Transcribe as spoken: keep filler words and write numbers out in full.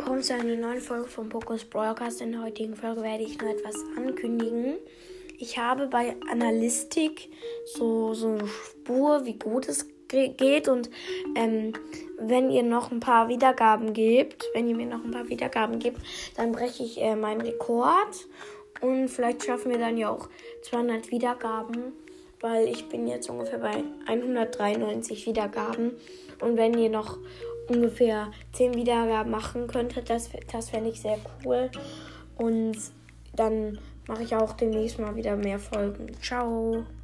willkommen zu einer neuen Folge vom Pokus Broadcast. In der heutigen Folge werde ich noch etwas ankündigen. Ich habe bei Analytik so, so eine Spur, wie gut es geht. Und ähm, wenn ihr noch ein paar Wiedergaben gebt, wenn ihr mir noch ein paar Wiedergaben gebt, dann breche ich äh, meinen Rekord. Und vielleicht schaffen wir dann ja auch zweihundert Wiedergaben, weil ich bin jetzt ungefähr bei hundertdreiundneunzig Wiedergaben. Und wenn ihr noch ungefähr zehn Wiedergaben machen könntet, das, das fände ich sehr cool. Und dann mache ich auch demnächst mal wieder mehr Folgen. Ciao!